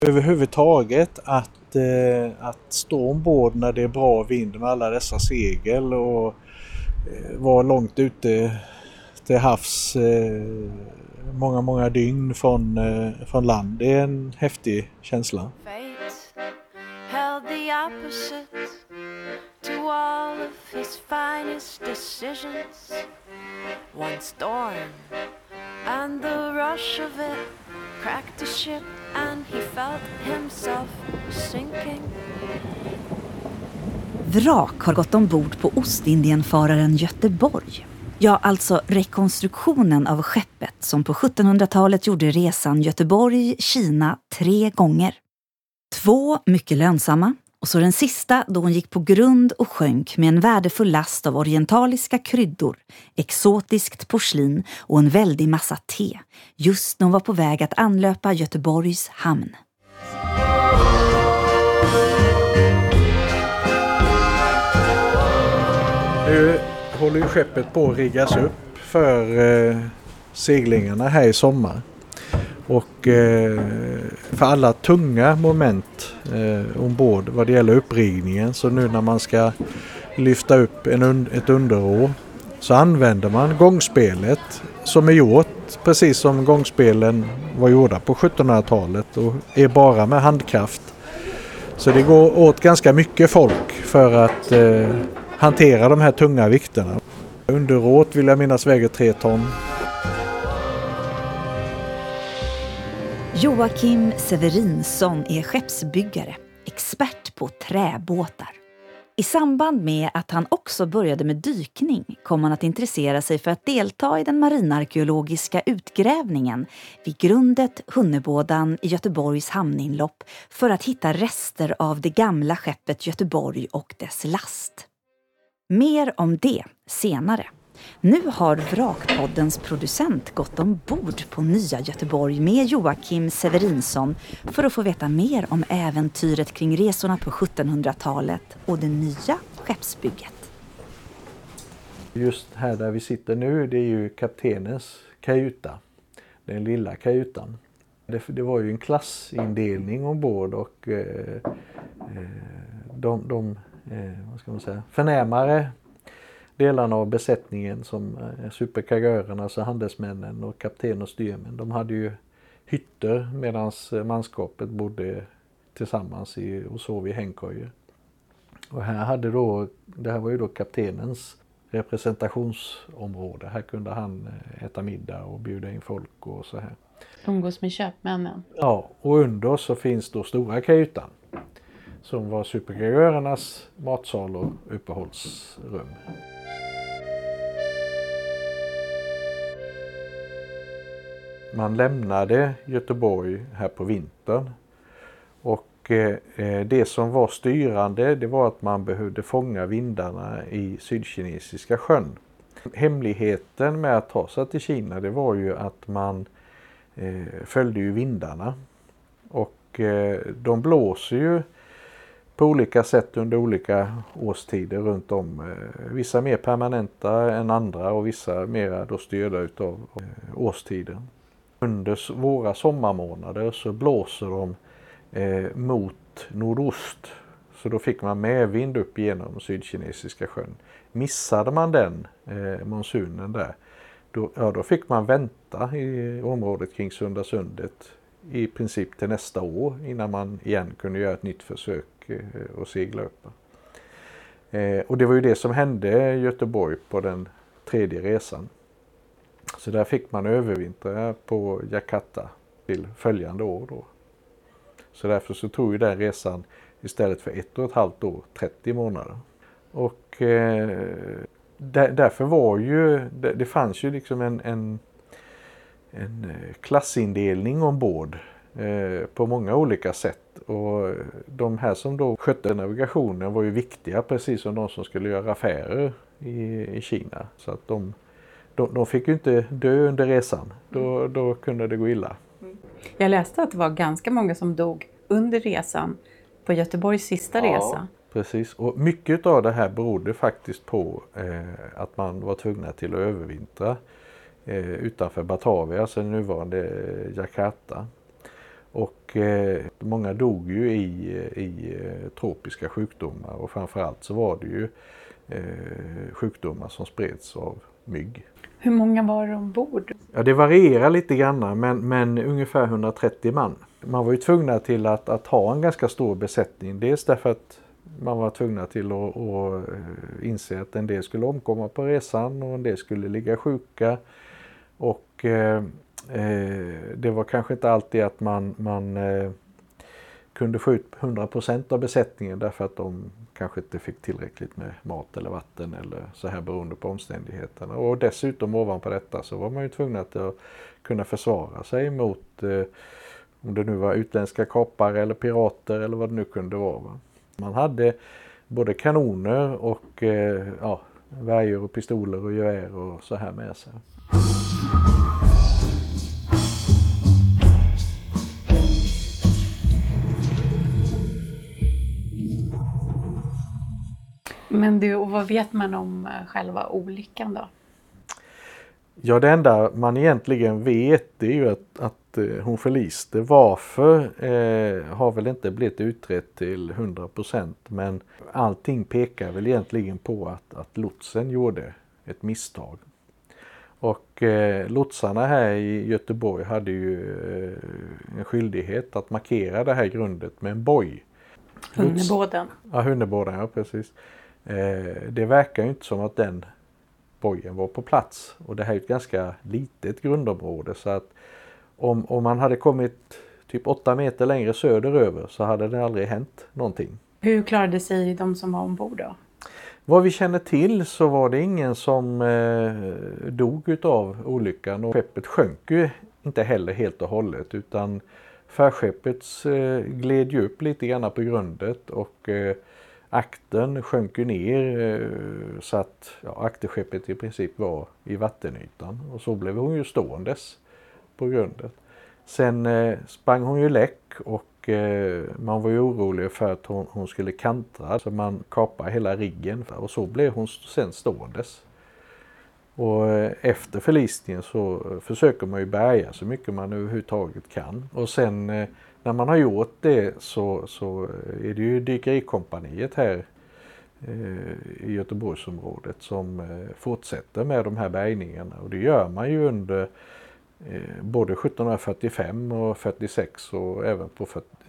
Överhuvudtaget att stå ombord när det är bra vind med alla dessa segel och vara långt ute till havs många dygn från land. Det är en häftig känsla. Fate held the opposite to all of his finest decisions. One storm and the rush of it cracked the ship and he felt himself sinking. Vrak har gått ombord på Ostindienfararen Göteborg. Ja, alltså rekonstruktionen av skeppet som på 1700-talet gjorde resan Göteborg-Kina 3 gånger. 2 mycket lönsamma och så den sista då hon gick på grund och sjönk med en värdefull last av orientaliska kryddor, exotiskt porslin och en väldig massa te. Just när hon var på väg att anlöpa Göteborgs hamn. Nu håller ju skeppet på att riggas upp för seglingarna här i sommar. Och för alla tunga moment ombord vad det gäller upprigningen, så nu när man ska lyfta upp ett underrå så använder man gångspelet som är gjort precis som gångspelen var gjorda på 1700-talet och är bara med handkraft. Så det går åt ganska mycket folk för att hantera de här tunga vikterna. Underrået vill jag minnas väger 3 ton. Joakim Severinsson är skeppsbyggare, expert på träbåtar. I samband med att han också började med dykning kom han att intressera sig för att delta i den marinarkeologiska utgrävningen vid grundet Hunnebådan i Göteborgs hamninlopp för att hitta rester av det gamla skeppet Göteborg och dess last. Mer om det senare. Nu har Vrakpoddens producent gått ombord på nya Göteborg med Joakim Severinsson för att få veta mer om äventyret kring resorna på 1700-talet och det nya skeppsbygget. Just här där vi sitter nu, det är ju kaptenens kajuta, den lilla kajutan. Det var ju en klassindelning ombord och de vad ska man säga, förnämare delarna av besättningen som superkagörerna, alltså handelsmännen och kapten och styrmän, de hade ju hytter medan manskapet bodde tillsammans och sov i hängkojor. Och det här var ju då kaptenens representationsområde. Här kunde han äta middag och bjuda in folk och så här. Umgås med köpmännen. Ja, och under så finns då stora kajutan som var superkagörernas matsal och uppehållsrum. Man lämnade Göteborg här på vintern och det som var styrande, det var att man behövde fånga vindarna i Sydkinesiska sjön. Hemligheten med att ta sig till Kina, det var ju att man följde ju vindarna och de blåser ju på olika sätt under olika årstider runt om. Vissa mer permanenta än andra och vissa mer då styrda utav årstiden. Under våra sommarmånader så blåser de mot nordost. Så då fick man medvind upp genom Sydkinesiska sjön. Missade man den monsunen där, då fick man vänta i området kring Sundasundet i princip till nästa år innan man igen kunde göra ett nytt försök och segla upp. Och det var ju det som hände i Göteborg på den 3:e resan. Så där fick man övervintra på Jakarta till följande år då. Så därför så tog ju den resan istället för 1,5 år 30 månader. Och därför var ju, det fanns ju liksom en klassindelning ombord på många olika sätt. Och de här som då skötte navigationen var ju viktiga, precis som de som skulle göra affärer i Kina. Så att de fick ju inte dö under resan. Då kunde det gå illa. Jag läste att det var ganska många som dog under resan på Göteborgs sista resa. Precis, och mycket av det här berodde faktiskt på att man var tvungna till att övervintra utanför Batavia, alltså nuvarande Jakarta. Och många dog ju i tropiska sjukdomar och framförallt så var det ju sjukdomar som spreds av mygg. Hur många var det ombord? Ja, det varierar lite grann men ungefär 130 man. Man var ju tvungna till att ha en ganska stor besättning. Dels därför att man var tvungna till att inse att en del skulle omkomma på resan och en del skulle ligga sjuka. Och det var kanske inte alltid att man kunde få ut 100% av besättningen därför att de kanske inte fick tillräckligt med mat eller vatten eller så här beroende på omständigheterna. Och dessutom ovanpå detta så var man ju tvungen att kunna försvara sig mot om det nu var utländska kapare eller pirater eller vad det nu kunde vara. Va? Man hade både kanoner och värjor och pistoler och gevär och så här med sig. Men och vad vet man om själva olyckan då? Ja, det enda man egentligen vet är ju att hon förliste. Varför har väl inte blivit utrett till 100%, men allting pekar väl egentligen på att lotsen gjorde ett misstag. Och lotsarna här i Göteborg hade ju en skyldighet att markera det här grundet med en boj. Hunnebåden. Ja, Hunnebåden, ja precis. Det verkar ju inte som att den bojen var på plats. Och det här är ett ganska litet grundområde så att om man hade kommit typ 8 meter längre söderöver så hade det aldrig hänt någonting. Hur klarade sig de som var ombord då? Vad vi känner till så var det ingen som dog utav olyckan och skeppet sjönk ju inte heller helt och hållet utan färskeppet gled ju upp lite grann på grundet och akten sjönk ju ner så att akterskeppet i princip var i vattenytan och så blev hon ju ståendes på grundet. Sen sprang hon ju läck och man var ju orolig för att hon skulle kantra så man kapade hela riggen och så blev hon sen ståendes. Och efter förlisningen så försöker man ju bärga så mycket man överhuvudtaget kan och sen när man har gjort det så är det ju dykerikompaniet här i Göteborgsområdet som fortsätter med de här bärgningarna och det gör man ju under både 1745 och 46 och även på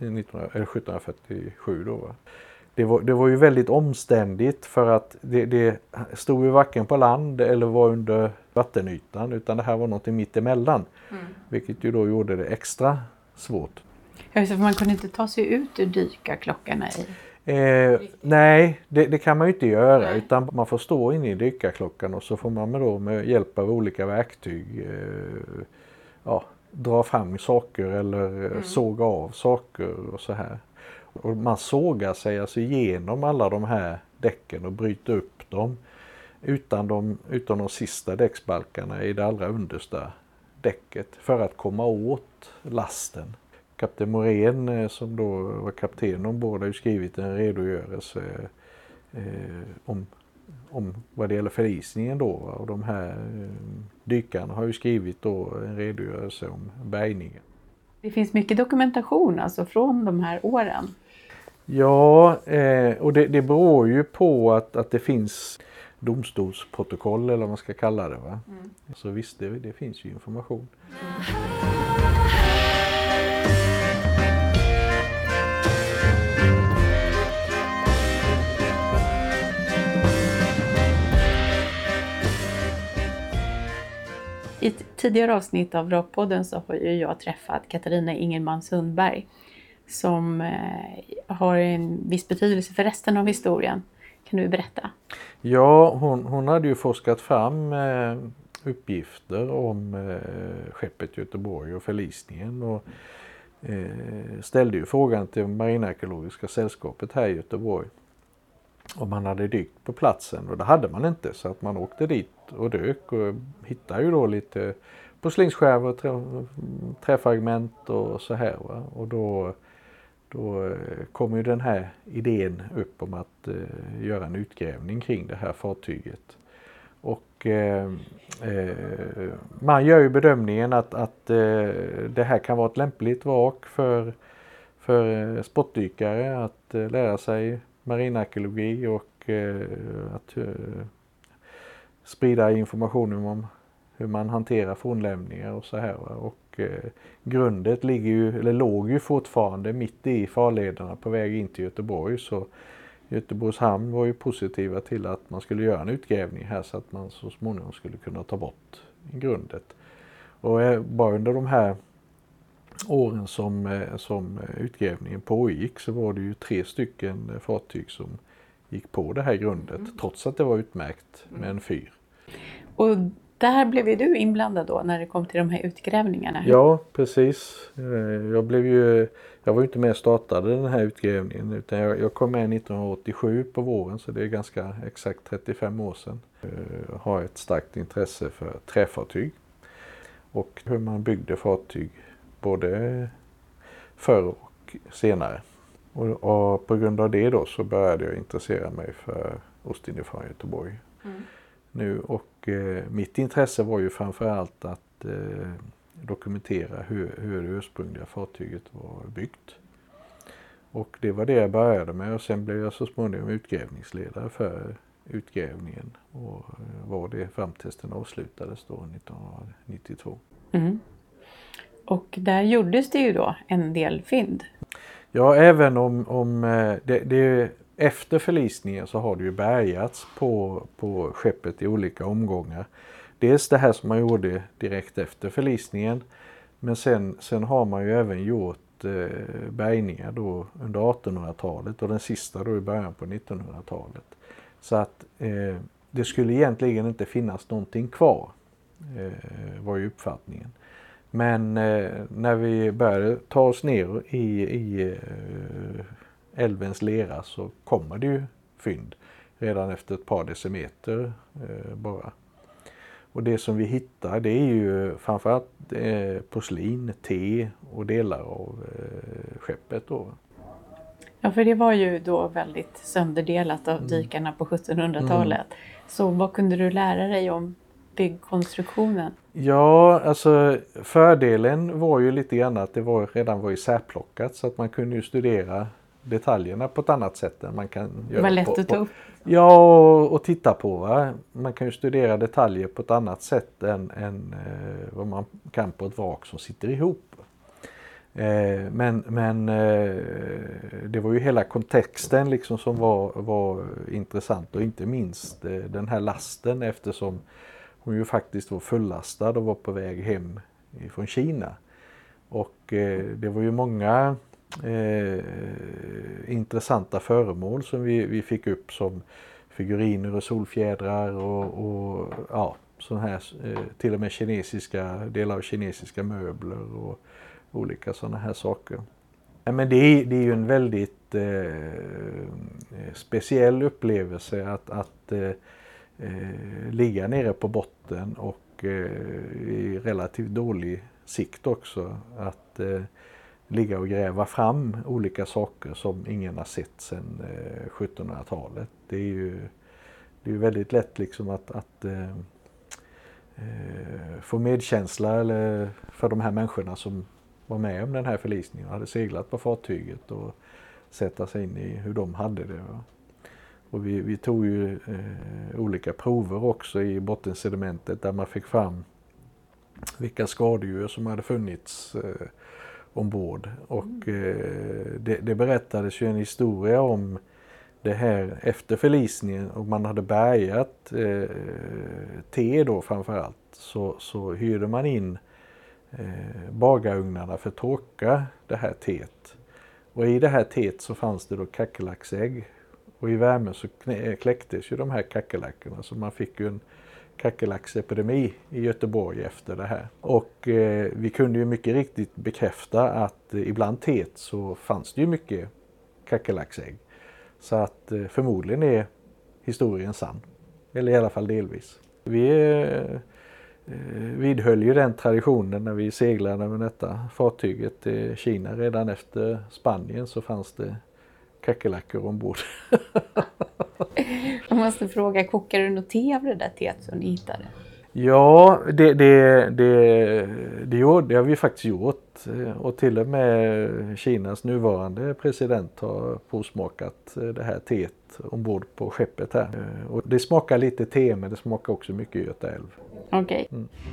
1747 då. Det var ju väldigt omständigt för att det stod ju varken på land eller var under vattenytan utan det här var något mitt emellan. Vilket ju då gjorde det extra svårt. Ja, så man kunde inte ta sig ut ur dykarklockorna i? Nej, det kan man ju inte göra utan man får stå inne i dykarklockan och så får man med hjälp av olika verktyg dra fram saker eller såga av saker och så här. Och man sågar sig alltså igenom alla de här däcken och bryter upp dem utan de sista däcksbalkarna i det allra understa däcket för att komma åt lasten. Kapten Morén som då var kapten ombord har ju skrivit en redogörelse om vad det gäller förlisningen då. Och de här dykarna har ju skrivit då en redogörelse om bärgningen. Det finns mycket dokumentation alltså från de här åren. Ja, och det beror ju på att det finns domstolsprotokoll eller vad man ska kalla det. Va? Så visst, det finns ju information. I ett tidigare avsnitt av Vrakpodden så har ju jag träffat Katarina Ingelman Sundberg som har en viss betydelse för resten av historien. Kan du berätta? Ja, hon hade ju forskat fram uppgifter om skeppet Göteborg och förlisningen och ställde ju frågan till Marinarkeologiska sällskapet här i Göteborg om man hade dykt på platsen och det hade man inte så att man åkte dit och dök och hittade ju då lite porslinsskärvor, träfragment och så här. Va? Och då kom ju den här idén upp om att göra en utgrävning kring det här fartyget. Och man gör ju bedömningen att det här kan vara ett lämpligt vrak för sportdykare att lära sig marinarkeologi och att sprida information om hur man hanterar fornlämningar och så här. Och grundet låg ju fortfarande mitt i farlederna på väg in till Göteborg, så Göteborgs hamn var ju positiva till att man skulle göra en utgrävning här så att man så småningom skulle kunna ta bort grundet. Och bara under de här åren som utgrävningen pågick så var det ju 3 stycken fartyg som gick på det här grundet, trots att det var utmärkt med en fyr. Och där blev ju du inblandad då när det kom till de här utgrävningarna. Ja, precis. Jag var ju inte med och startade den här utgrävningen, utan jag kom med 1987 på våren, så det är ganska exakt 35 år sedan. Jag har ett starkt intresse för träfartyg och hur man byggde fartyg både förr och senare. Och på grund av det då så började jag intressera mig för Ostindiefararen Göteborg nu, och mitt intresse var ju framförallt att dokumentera hur det ursprungliga fartyget var byggt. Och det var det jag började med, och sen blev jag så småningom utgrävningsledare för utgrävningen och var det fram tills den avslutades då 1992. Och där gjordes det ju då en del fynd. Ja, även om det efter förlisningen så har det ju bärgats på skeppet i olika omgångar. Dels det här som man gjorde direkt efter förlisningen, men sen har man ju även gjort bärgningar då under 1800-talet och den sista då i början på 1900-talet. Så att det skulle egentligen inte finnas någonting kvar, var ju uppfattningen. Men när vi började ta oss ner i älvens lera så kommer det ju fynd redan efter ett par decimeter bara. Och det som vi hittar, det är ju framförallt porslin, te och delar av skeppet då. Ja, för det var ju då väldigt sönderdelat av dykarna på 1700-talet. Så vad kunde du lära dig om byggkonstruktionen? Ja, alltså fördelen var ju lite grann att det redan var isärplockat, så att man kunde ju studera detaljerna på ett annat sätt än man kan göra. Det var lätt att ta upp. Ja, och titta på. Va? Man kan ju studera detaljer på ett annat sätt än vad man kan på ett vrak som sitter ihop. Men det var ju hela kontexten liksom som var intressant, och inte minst den här lasten, eftersom hon ju faktiskt var fullastad och var på väg hem från Kina. Och det var ju många intressanta föremål som vi fick upp, som figuriner och solfjädrar och ja, sån här till och med delar av kinesiska möbler och olika sådana här saker. Men det är ju en väldigt speciell upplevelse att ligga nere på botten och i relativt dålig sikt också, att ligga och gräva fram olika saker som ingen har sett sedan 1700-talet. Det är ju väldigt lätt liksom att få medkänsla eller för de här människorna som var med om den här förlisningen och hade seglat på fartyget, och sätta sig in i hur de hade det. Och vi tog ju olika prover också i bottensedimentet där man fick fram vilka skadedjur som hade funnits ombord. Och det berättades ju en historia om det här efter förlisningen, och man hade bärgat te då framförallt, så hyrde man in bagarugnarna för att torka det här teet. Och i det här teet så fanns det då kackerlacksägg, och i värmen så kläcktes ju de här kackerlackorna, så man fick ju en kackerlacksepidemi i Göteborg efter det här. Och vi kunde ju mycket riktigt bekräfta att ibland teet så fanns det ju mycket kackerlacksägg. Så att förmodligen är historien sann, eller i alla fall delvis. Vi vidhöll ju den traditionen när vi seglade med detta fartyget till Kina. Redan efter Spanien så fanns det kackerlackor ombord. Jag måste fråga, kokar du något te av det där teet som ni hittade? Ja, det har vi faktiskt gjort. Och till och med Kinas nuvarande president har påsmakat det här teet ombord på skeppet här. Och det smakar lite te, men det smakar också mycket Göta älv. Okej.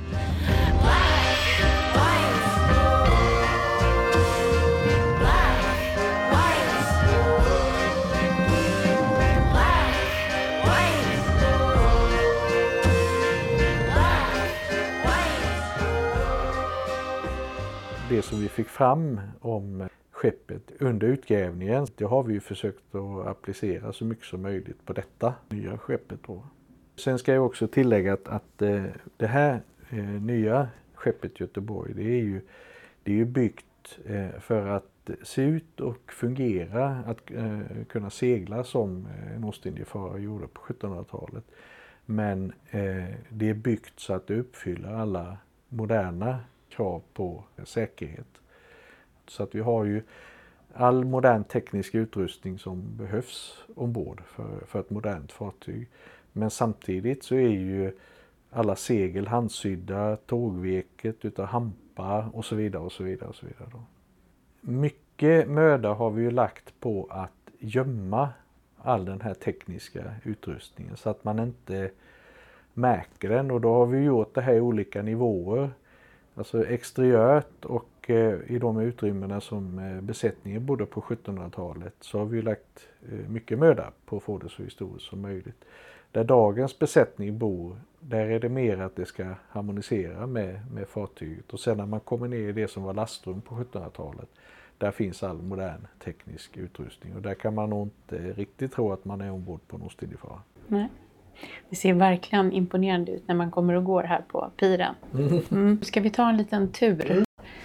Det som vi fick fram om skeppet under utgrävningen, det har vi ju försökt att applicera så mycket som möjligt på detta nya skeppet då. Sen ska jag också tillägga att det här nya skeppet Göteborg, det är ju byggt för att se ut och fungera, att kunna segla som en ostindiefarare gjorde på 1700-talet. Men det är byggt så att det uppfyller alla moderna krav på säkerhet. Så att vi har ju all modern teknisk utrustning som behövs ombord för ett modernt fartyg. Men samtidigt så är ju alla segel handsydda, tågveket utav hampa och så vidare och så vidare och så vidare då. Mycket möda har vi ju lagt på att gömma all den här tekniska utrustningen så att man inte märker den, och då har vi gjort det här i olika nivåer. Alltså exteriört och i de utrymmena som besättningen bodde på 1700-talet så har vi lagt mycket möda på att få det så historiskt som möjligt. Där dagens besättning bor, där är det mer att det ska harmonisera med fartyget. Och sen när man kommer ner i det som var lastrum på 1700-talet, där finns all modern teknisk utrustning. Och där kan man nog inte riktigt tro att man är ombord på en ostindiefarare. Nej. Det ser verkligen imponerande ut när man kommer och går här på piren. Ska vi ta en liten tur?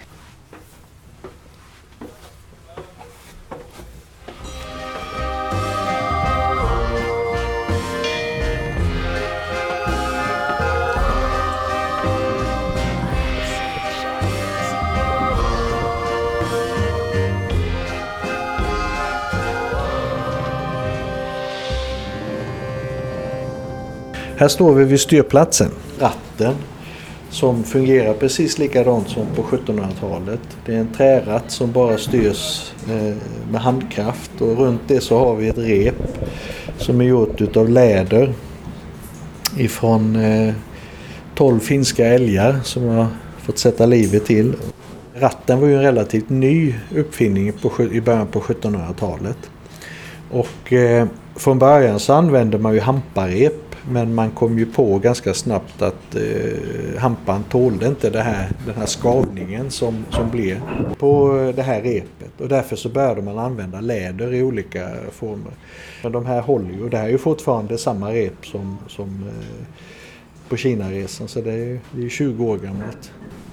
Här står vi vid styrplatsen. Ratten som fungerar precis likadant som på 1700-talet. Det är en träratt som bara styrs med handkraft, och runt det så har vi ett rep som är gjort utav läder ifrån 12 finska älgar som har fått sätta livet till. Ratten var ju en relativt ny uppfinning i början på 1700-talet. Och från början så använde man ju hamparep, men man kom ju på ganska snabbt att hampan tålde inte den här skavningen som blev på det här repet. Och därför så började man använda läder i olika former. Men de här håller ju, och det här är ju fortfarande samma rep som på Kinaresan, så det är 20 år gammalt.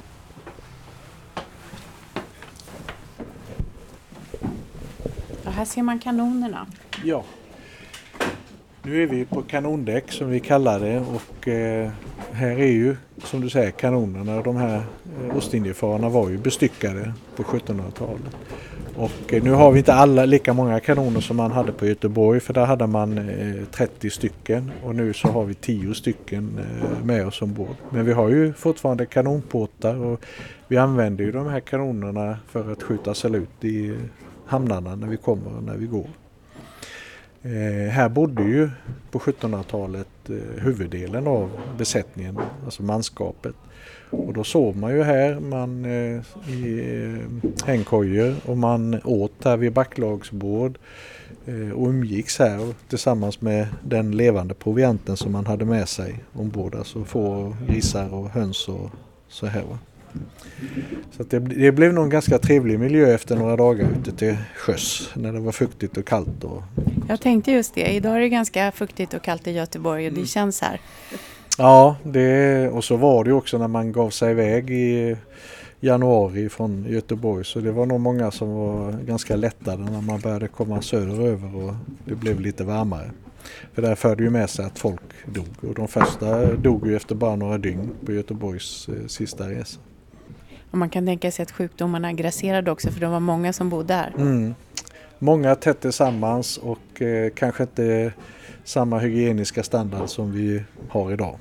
Och här ser man kanonerna. Ja. Nu är vi på kanondäck som vi kallar det, och här är ju, som du säger, kanonerna. De här ostindiefararna var ju bestyckade på 1700-talet. Och nu har vi inte lika många kanoner som man hade på Göteborg, för där hade man 30 stycken, och nu så har vi 10 stycken med oss ombord. Men vi har ju fortfarande kanonpåtar, och vi använder ju de här kanonerna för att skjuta salut i hamnarna när vi kommer och när vi går. Här bodde ju på 1700-talet huvuddelen av besättningen, alltså manskapet. Och då sov man ju här, i hängkojor, och man åt här vid backlagsbord och umgicks här tillsammans med den levande provianten som man hade med sig ombord, alltså får, grisar och höns och så här. Så att det blev nog en ganska trevlig miljö efter några dagar ute till sjöss när det var fuktigt och kallt. Jag tänkte just det. Idag är det ganska fuktigt och kallt i Göteborg, och det känns här. Ja, och så var det också när man gav sig iväg i januari från Göteborg, så det var nog många som var ganska lättade när man började komma söderöver och det blev lite varmare. För där förde ju med sig att folk dog, och de första dog ju efter bara några dygn på Göteborgs sista resa. Och man kan tänka sig att sjukdomarna grasserade också, för det var många som bodde här. många tätt tillsammans och kanske inte samma hygieniska standard som vi har idag.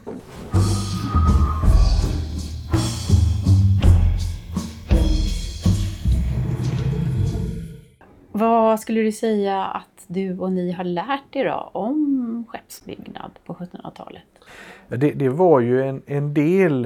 Vad skulle du säga att du och ni har lärt er då om skeppsbyggnad på 1700-talet? Det var ju en del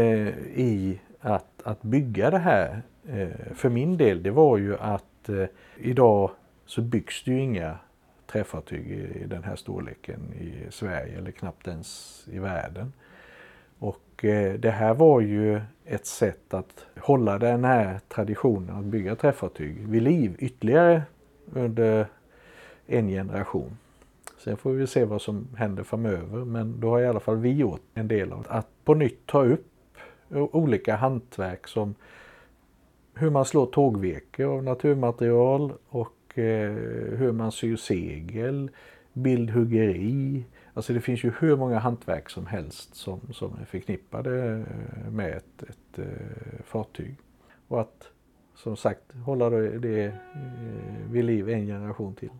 i att bygga det här. För min del, det var ju att idag så byggs det ju inga träfartyg i den här storleken i Sverige eller knappt ens i världen. Och det här var ju ett sätt att hålla den här traditionen att bygga träfartyg vid liv ytterligare under en generation. Sen får vi se vad som händer framöver, men då har i alla fall vi gjort en del av att på nytt ta upp olika hantverk som hur man slår tågvirke av naturmaterial och hur man syr segel, bildhuggeri. Alltså det finns ju hur många hantverk som helst som är förknippade med ett fartyg. Och att som sagt hålla det vid liv en generation till.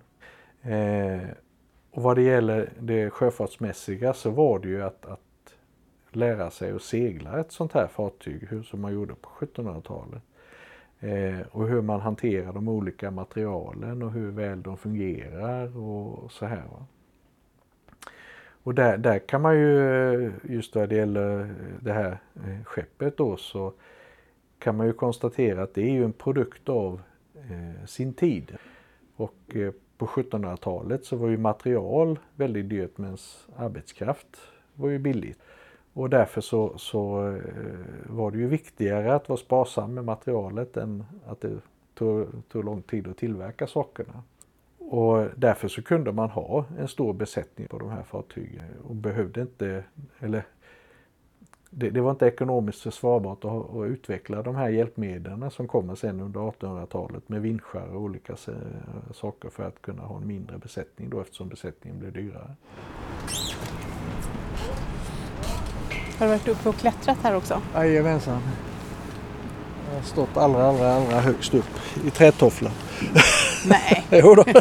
Och vad det gäller det sjöfartsmässiga så var det ju att lära sig att segla ett sånt här fartyg hur som man gjorde på 1700-talet. Och hur man hanterar de olika materialen och hur väl de fungerar och så här. Va? Och där kan man ju, just vad det gäller det här skeppet då, så kan man ju konstatera att det är ju en produkt av sin tid. Och på 1700-talet så var ju material väldigt dyrt medan arbetskraft var ju billigt. Och därför så var det ju viktigare att vara sparsam med materialet än att det tog lång tid att tillverka sakerna. Och därför så kunde man ha en stor besättning på de här fartygen och behövde inte, eller det var inte ekonomiskt försvarbart att utveckla de här hjälpmedlen som kommer sen under 1800-talet med vinschar och olika saker för att kunna ha en mindre besättning då, eftersom besättningen blev dyrare. Har du varit uppe och klättrat här också? Jajamensan. Jag har stått allra högst upp i trädtofflan. Nej. Jo då.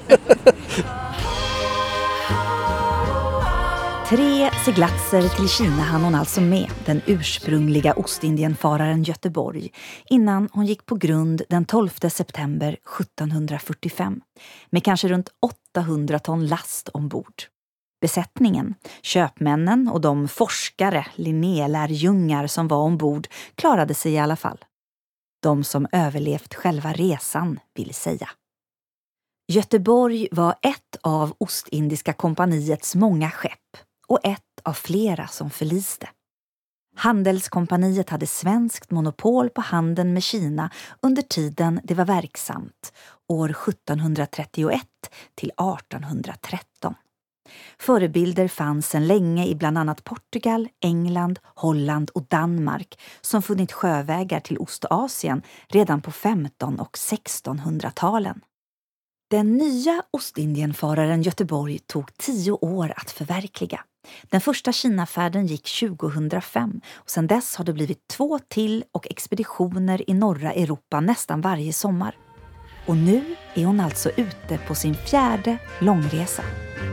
3 seglatser till Kina hann hon alltså med, den ursprungliga Ostindienfararen Göteborg, innan hon gick på grund den 12 september 1745, med kanske runt 800 ton last ombord. Besättningen, köpmännen och de forskare, linnélärjungar som var ombord klarade sig i alla fall. De som överlevt själva resan vill säga. Göteborg var ett av Ostindiska kompaniets många skepp och ett av flera som förliste. Handelskompaniet hade svenskt monopol på handeln med Kina under tiden det var verksamt, år 1731 till 1813. Förebilder fanns sedan länge i bland annat Portugal, England, Holland och Danmark som funnit sjövägar till Ostasien redan på 1500- och 1600-talen. Den nya Ostindienfararen Göteborg tog 10 år att förverkliga. Den första Kinafärden gick 2005 och sedan dess har det blivit 2 till och expeditioner i norra Europa nästan varje sommar. Och nu är hon alltså ute på sin 4:e långresa.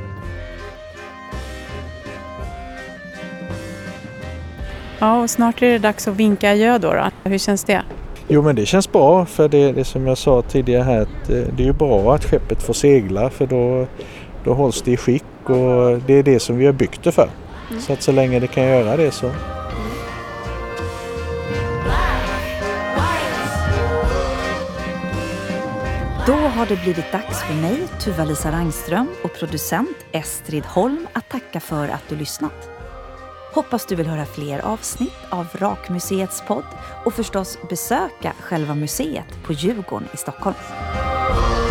Ja, och snart är det dags att vinka adjö då. Hur känns det? Jo, men det känns bra, för det som jag sa tidigare här, att det är ju bra att skeppet får segla, för då hålls det i skick och det är det som vi har byggt det för. Så att så länge det kan göra det så. Då har det blivit dags för mig, Tuva-Lisa Rangström, och producent Estrid Holm att tacka för att du lyssnat. Hoppas du vill höra fler avsnitt av Vrakmuseets podd och förstås besöka själva museet på Djurgården i Stockholm.